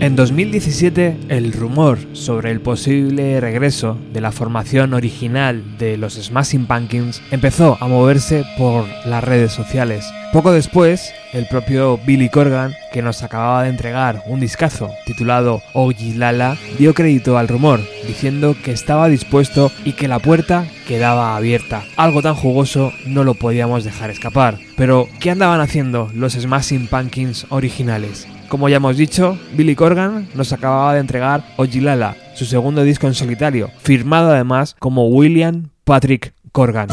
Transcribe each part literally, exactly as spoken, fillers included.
En dos mil diecisiete, el rumor sobre el posible regreso de la formación original de los Smashing Pumpkins empezó a moverse por las redes sociales. Poco después, el propio Billy Corgan, que nos acababa de entregar un discazo titulado Ojilala, dio crédito al rumor, diciendo que estaba dispuesto y que la puerta quedaba abierta. Algo tan jugoso no lo podíamos dejar escapar. Pero, ¿qué andaban haciendo los Smashing Pumpkins originales? Como ya hemos dicho, Billy Corgan nos acababa de entregar Ojilala, su segundo disco en solitario, firmado además como William Patrick Corgan.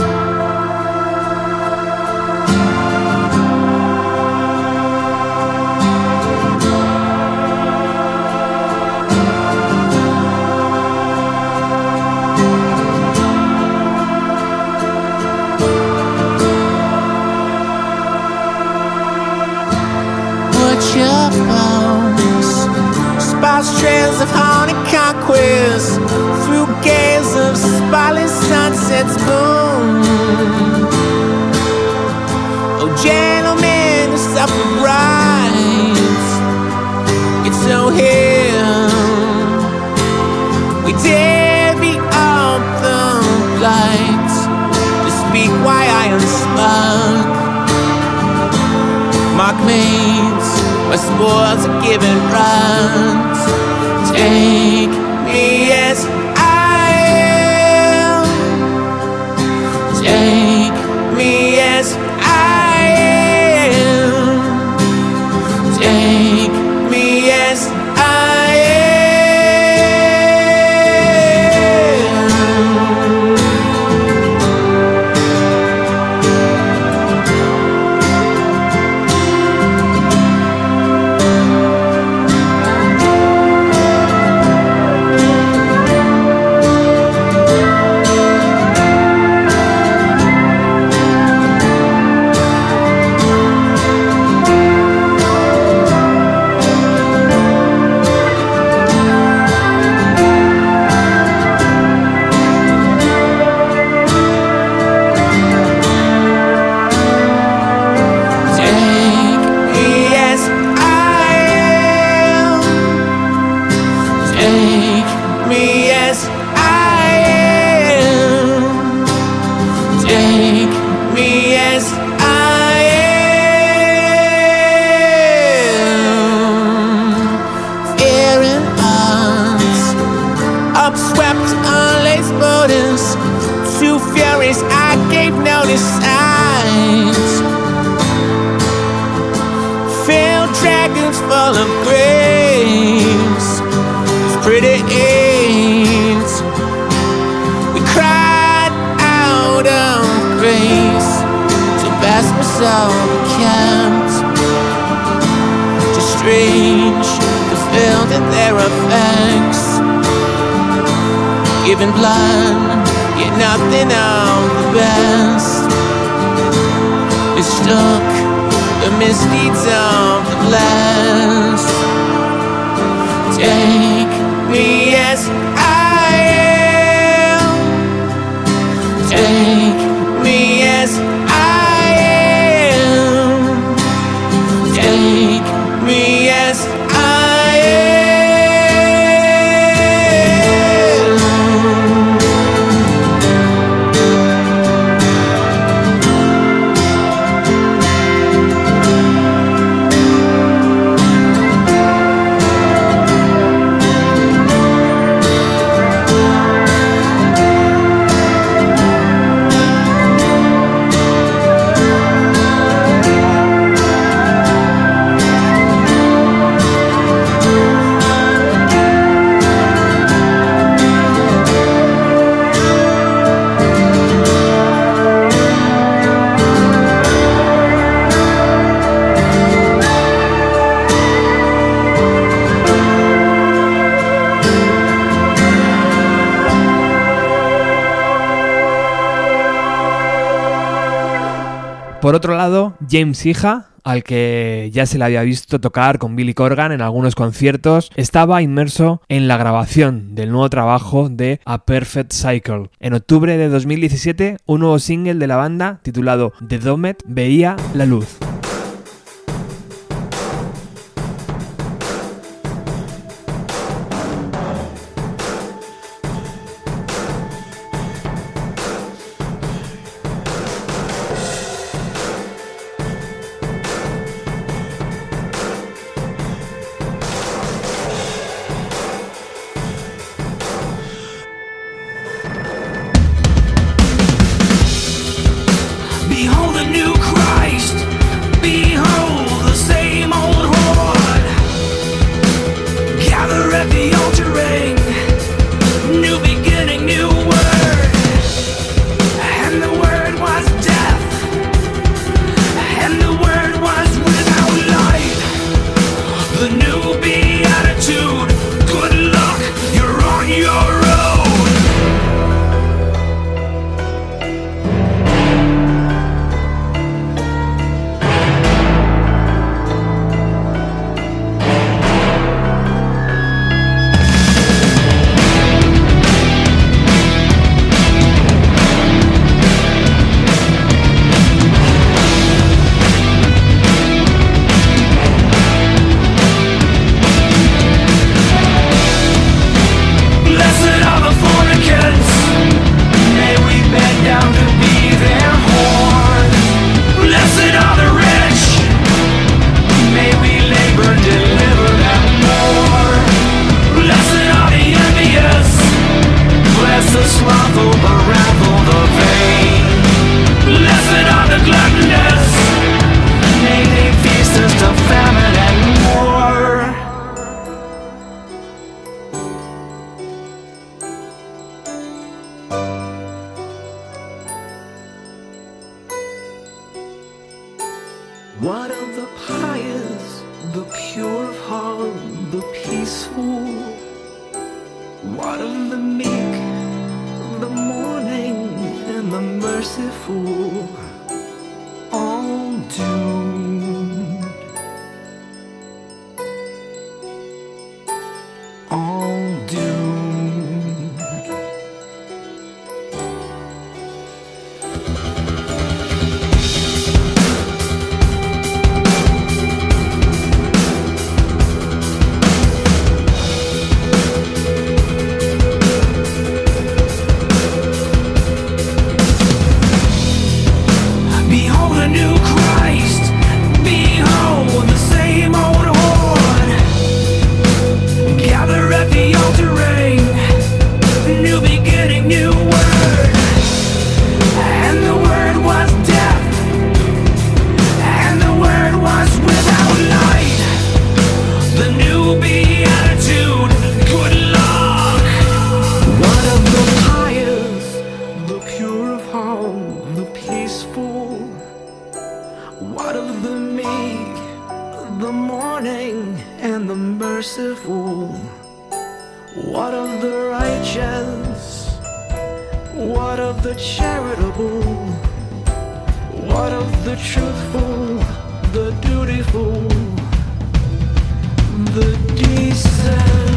Trails of haunted conquest through gaze of spotted sunsets boom. Oh, gentlemen, the supper brides, it's so here. We dare be up the lights to speak why I unspoke. Mark mates, my spores are giving runs. Take me as I am. Take me as I am. Take me as I giving blood, yet nothing of the best. Mistook the misdeeds of the blessed. Take me as I am. Take me as I am. Take me as I am. Por otro lado, James Iha, al que ya se le había visto tocar con Billy Corgan en algunos conciertos, estaba inmerso en la grabación del nuevo trabajo de A Perfect Cycle. En octubre de dos mil diecisiete, un nuevo single de la banda titulado The Domed veía la luz. What of the pious, the pure of heart, the peaceful? What of the meek, the mourning, and the merciful? All doomed, all doomed. What of the righteous? What of the charitable? What of the truthful, the dutiful, the decent?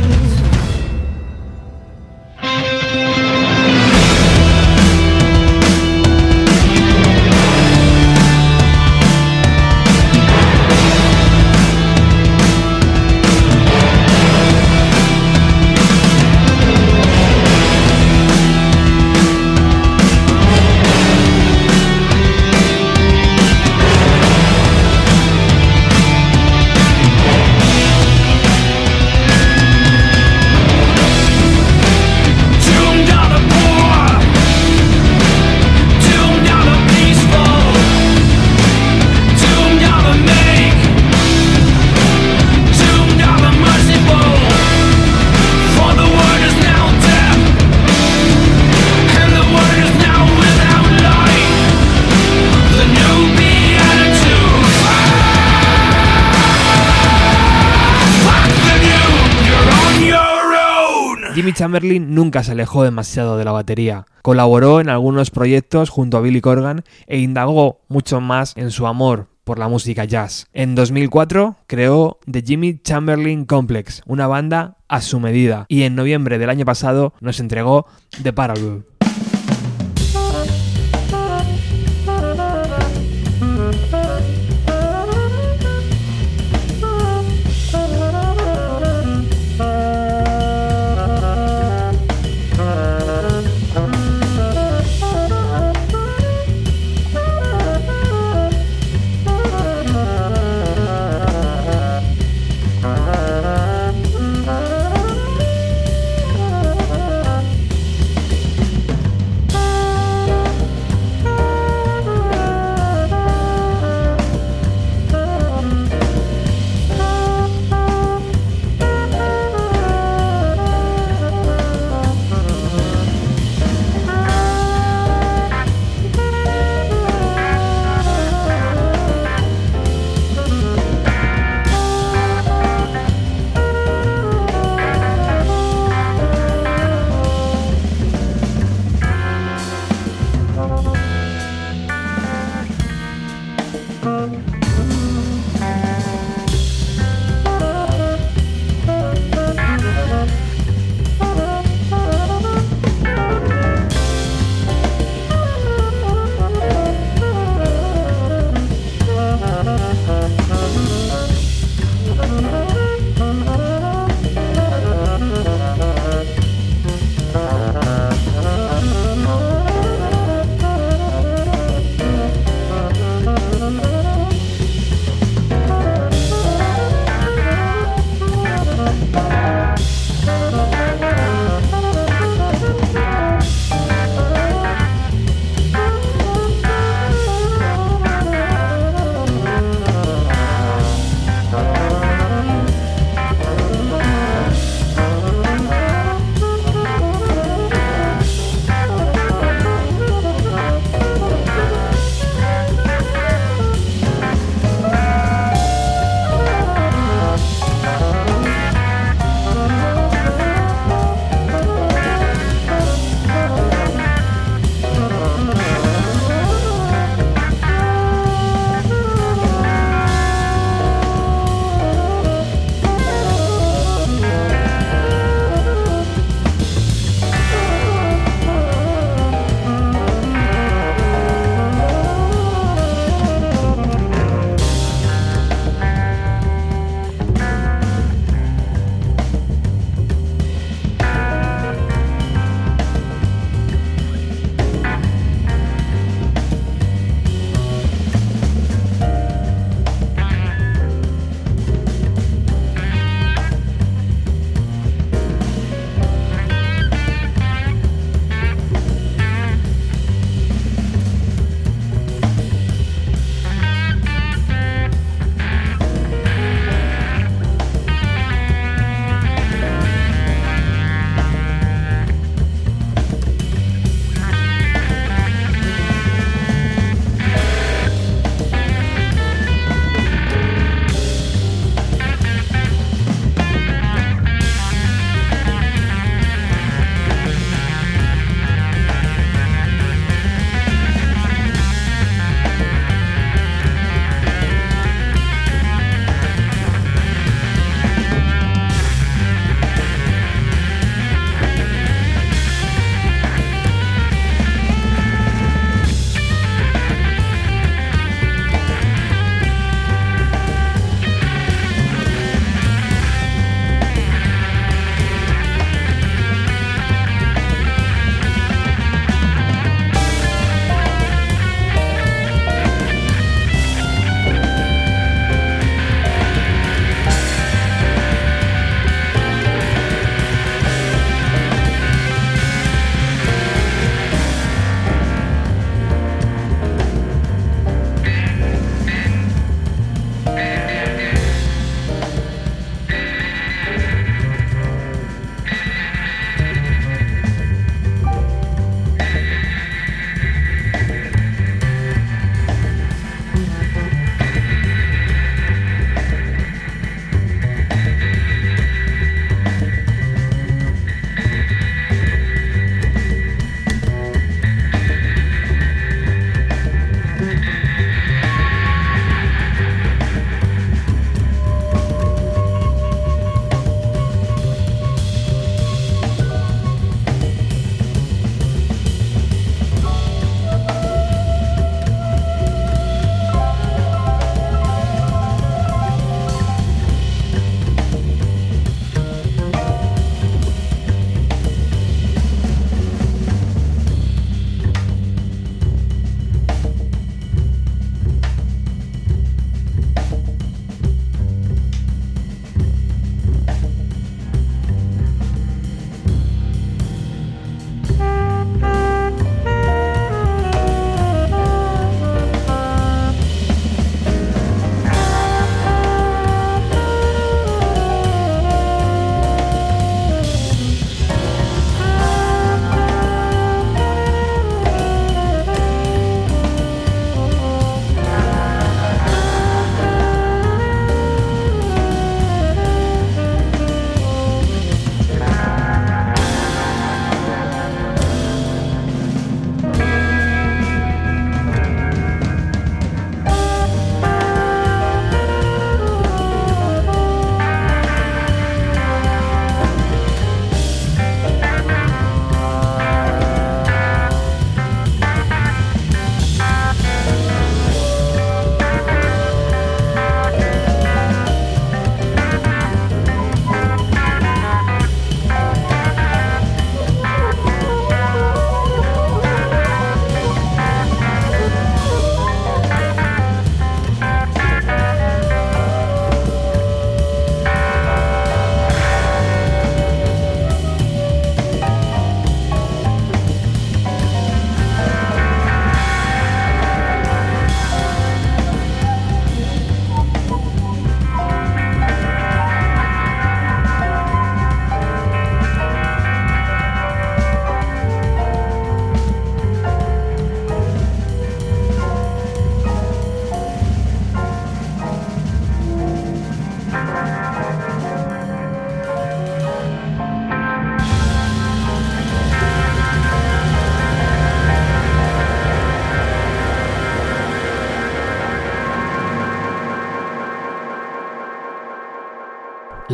Jimmy Chamberlin nunca se alejó demasiado de la batería. Colaboró en algunos proyectos junto a Billy Corgan e indagó mucho más en su amor por la música jazz. En dos mil cuatro creó The Jimmy Chamberlin Complex, una banda a su medida, y en noviembre del año pasado nos entregó The Parable.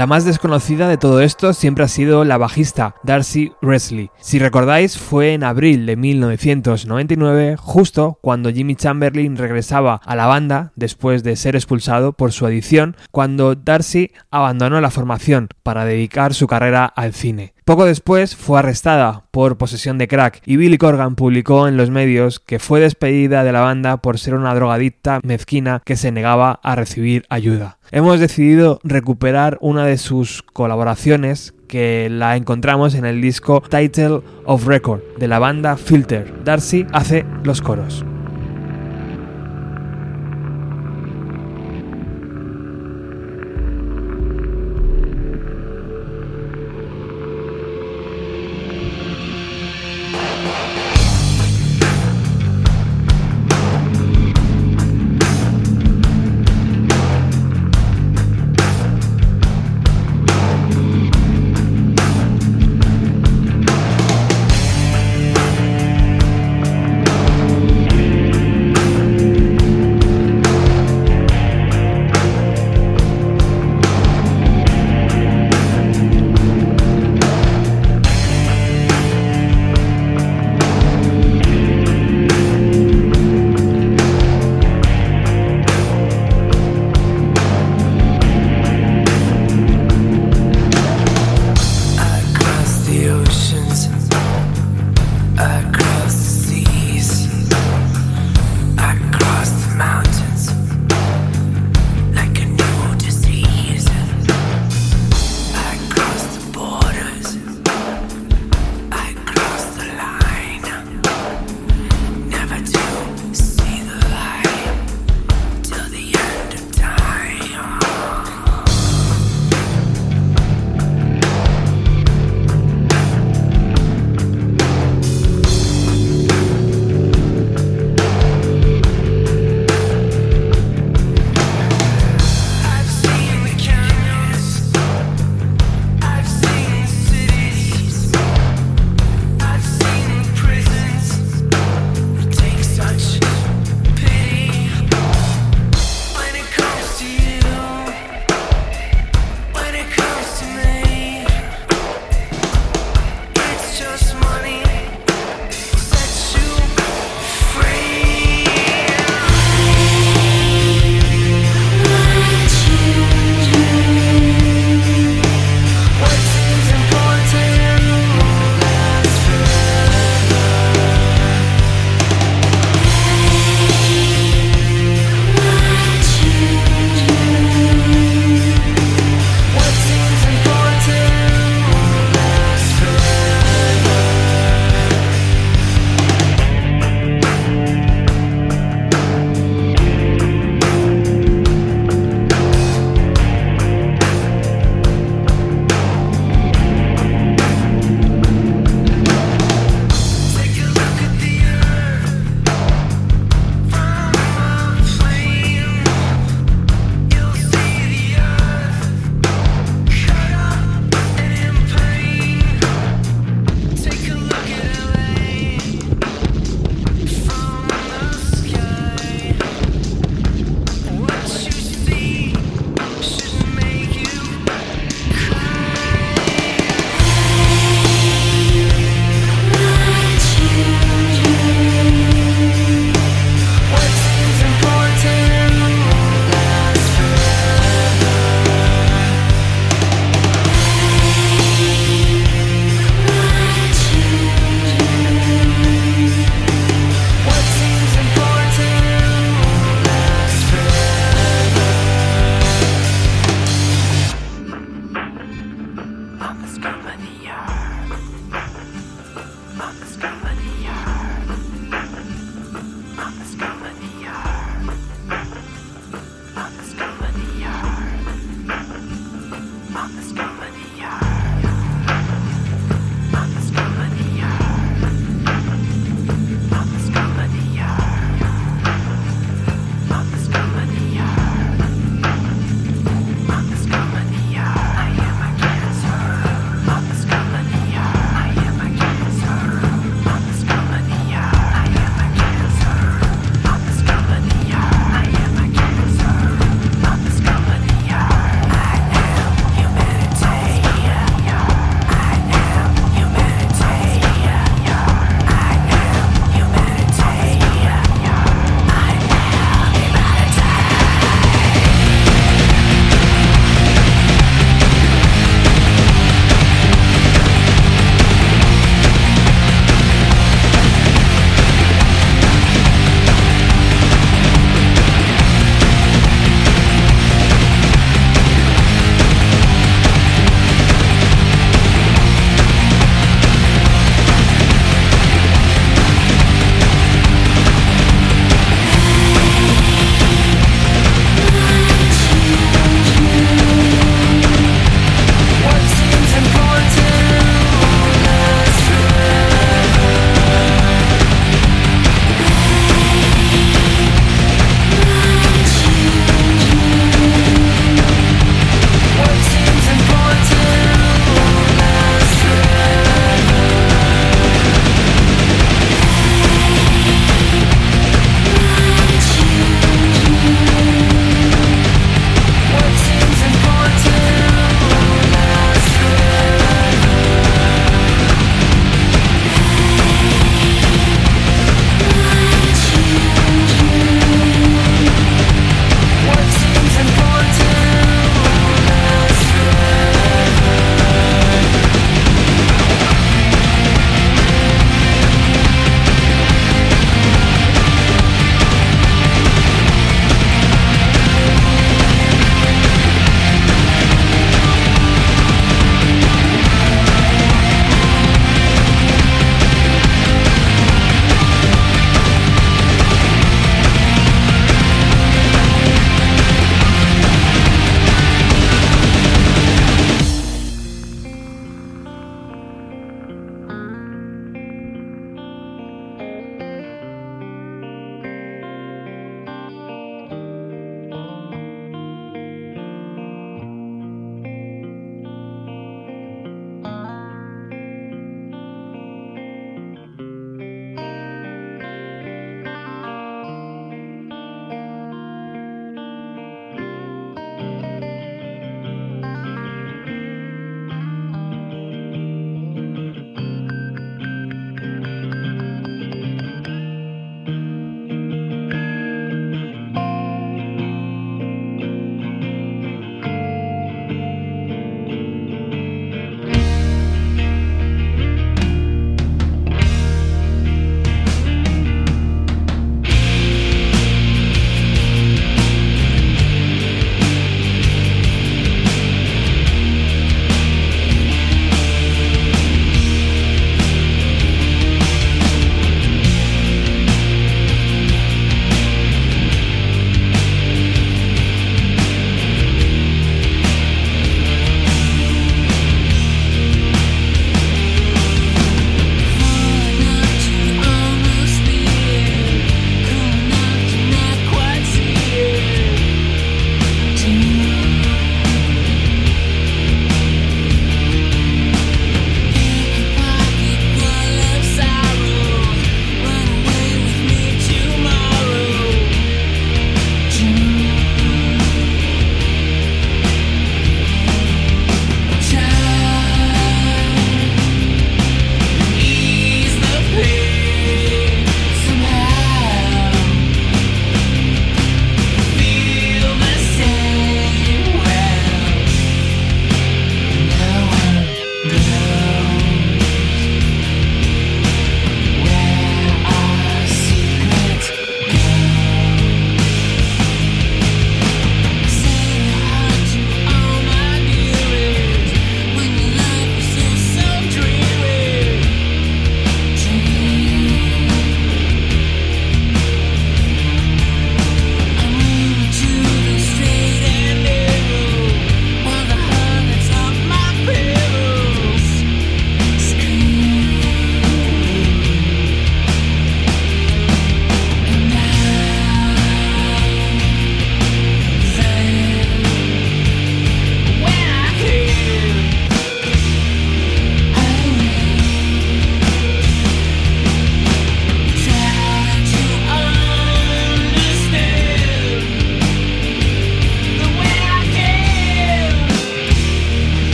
La más desconocida de todo esto siempre ha sido la bajista Darcy Resley. Si recordáis, fue en abril de mil novecientos noventa y nueve, justo cuando Jimmy Chamberlin regresaba a la banda después de ser expulsado por su adicción, cuando Darcy abandonó la formación para dedicar su carrera al cine. Poco después fue arrestada por posesión de crack y Billy Corgan publicó en los medios que fue despedida de la banda por ser una drogadicta mezquina que se negaba a recibir ayuda. Hemos decidido recuperar una de sus colaboraciones que la encontramos en el disco Title of Record de la banda Filter. Darcy hace los coros. Thank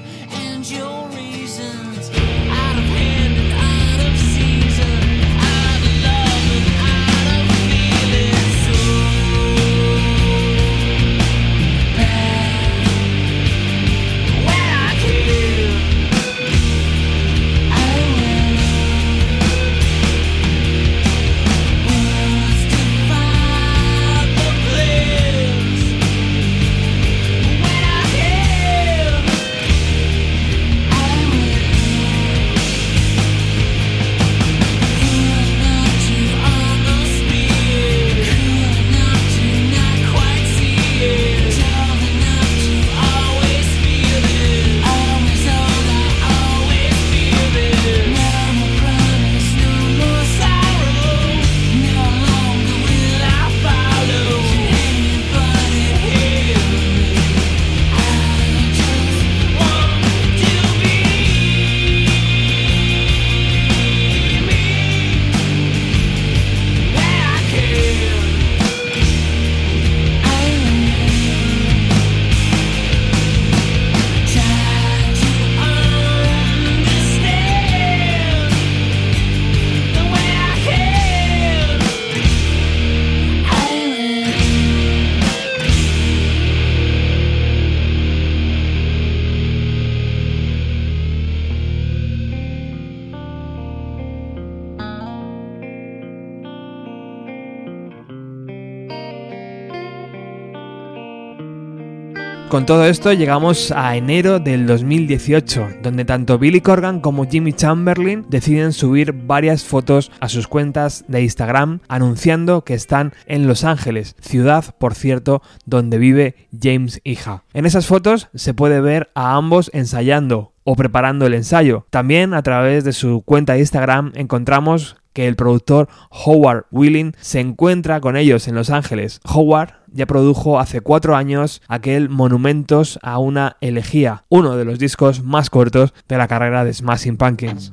Con todo esto llegamos a enero del dos mil dieciocho, donde tanto Billy Corgan como Jimmy Chamberlin deciden subir varias fotos a sus cuentas de Instagram anunciando que están en Los Ángeles, ciudad, por cierto, donde vive James Iha. En esas fotos se puede ver a ambos ensayando o preparando el ensayo. También a través de su cuenta de Instagram encontramos que el productor Howard Willing se encuentra con ellos en Los Ángeles. Howard ya produjo hace cuatro años aquel Monumentos a una elegía, uno de los discos más cortos de la carrera de Smashing Pumpkins.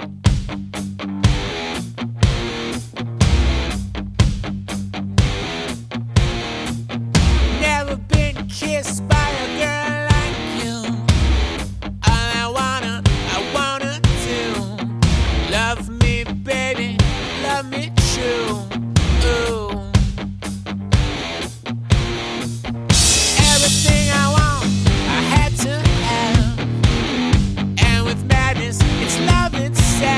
It's love itself.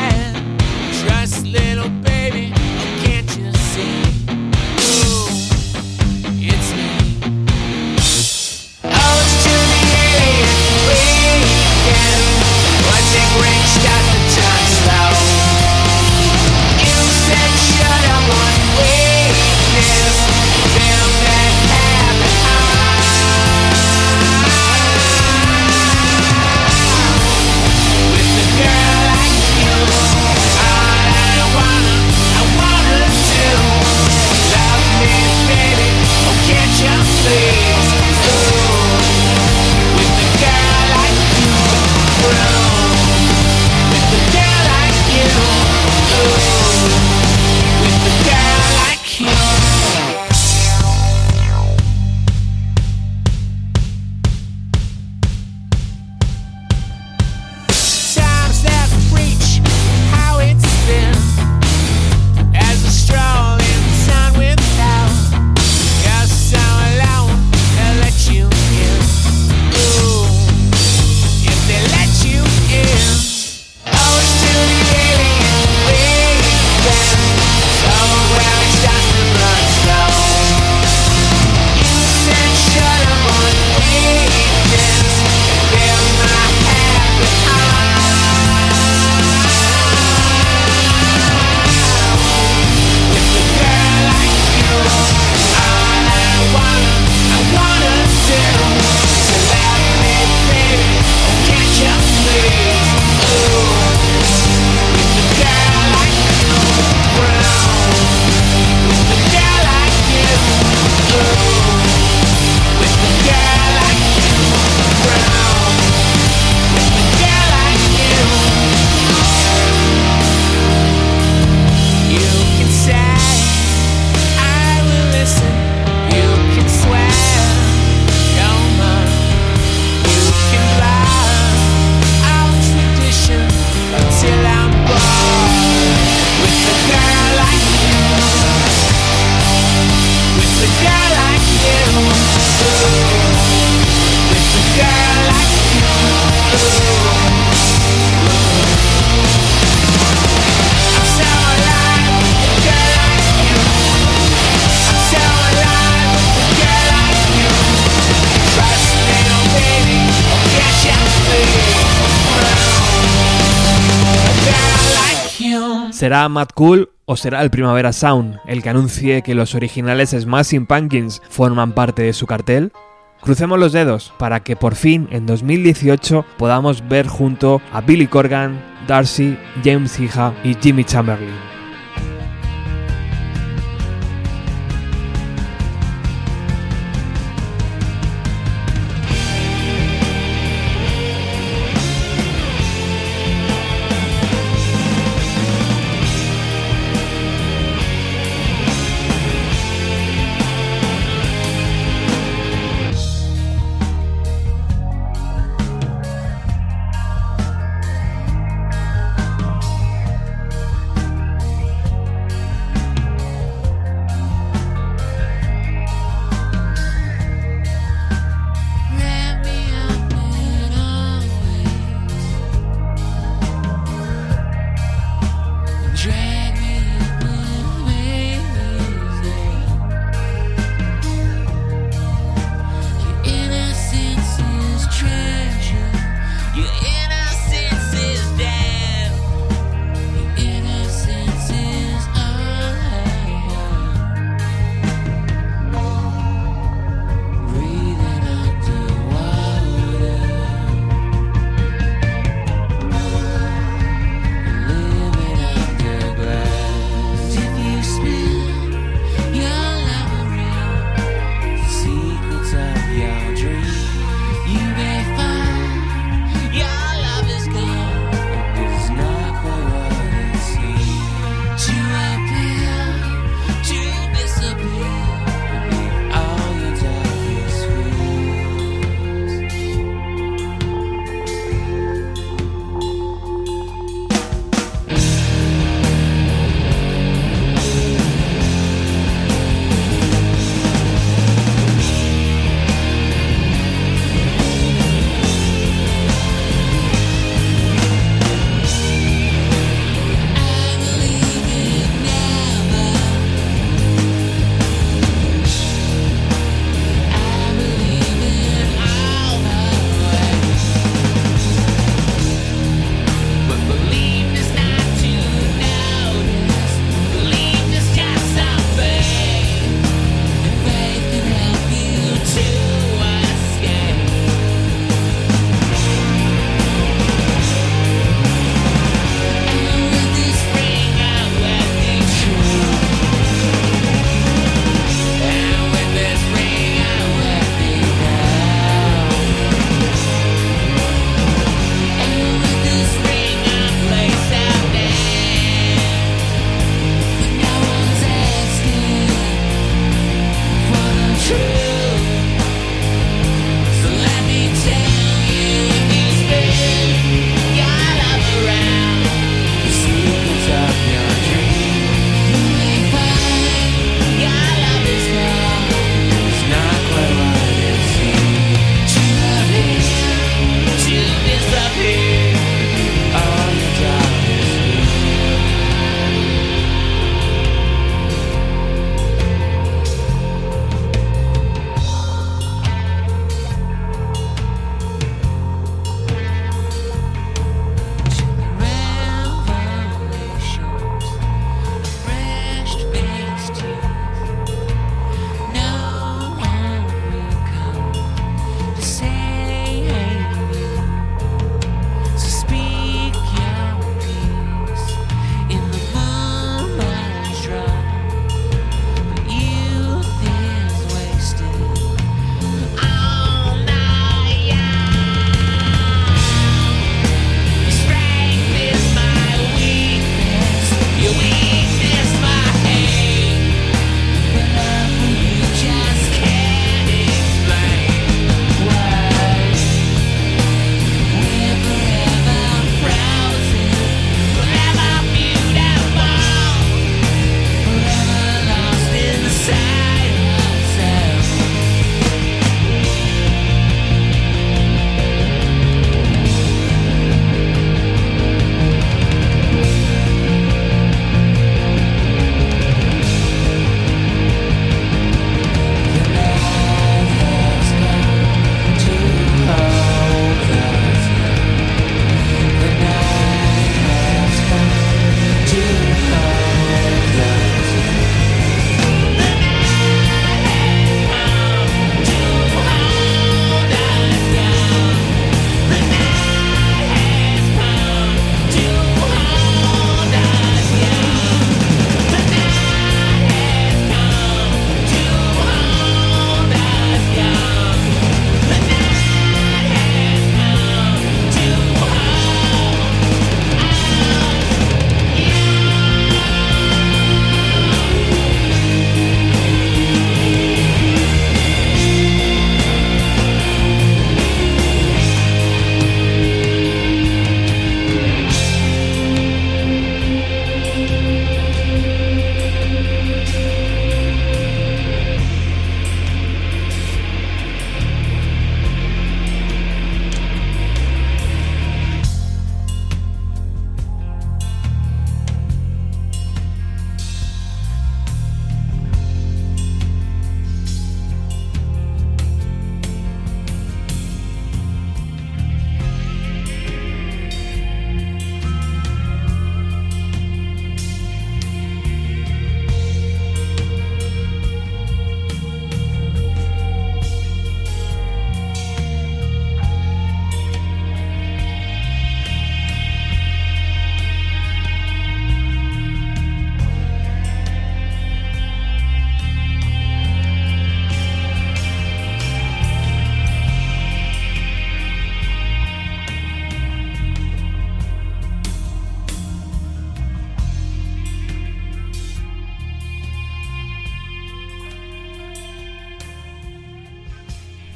¿Será Mad Cool o será el Primavera Sound el que anuncie que los originales Smashing Pumpkins forman parte de su cartel? Crucemos los dedos para que por fin en dos mil dieciocho podamos ver junto a Billy Corgan, Darcy, James Iha y Jimmy Chamberlin.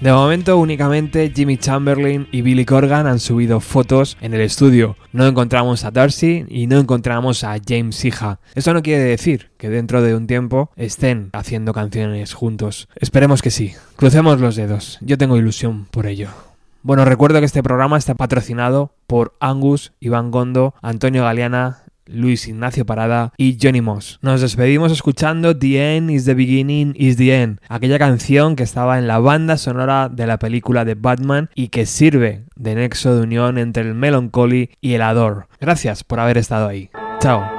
De momento únicamente Jimmy Chamberlin y Billy Corgan han subido fotos en el estudio. No encontramos a Darcy y no encontramos a James Iha. Eso no quiere decir que dentro de un tiempo estén haciendo canciones juntos. Esperemos que sí. Crucemos los dedos. Yo tengo ilusión por ello. Bueno, recuerdo que este programa está patrocinado por Angus, Iván Gondo, Antonio Galeana, Luis Ignacio Parada y Johnny Moss. Nos despedimos escuchando The End is the Beginning is the End, aquella canción que estaba en la banda sonora de la película de Batman y que sirve de nexo de unión entre el Melancholy y el Adore. Gracias por haber estado ahí. Chao.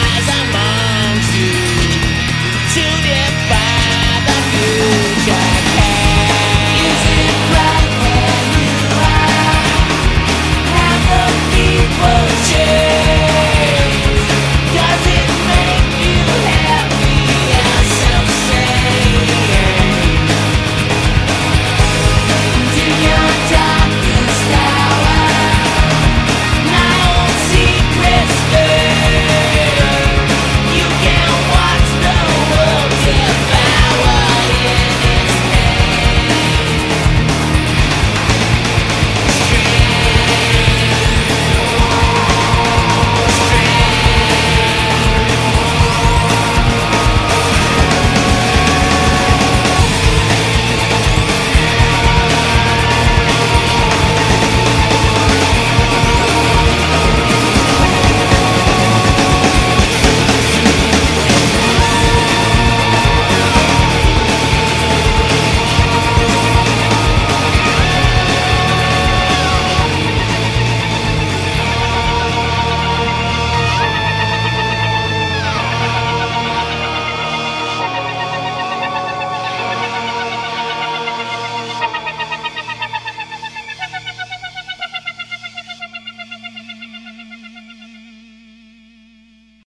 To defy the future.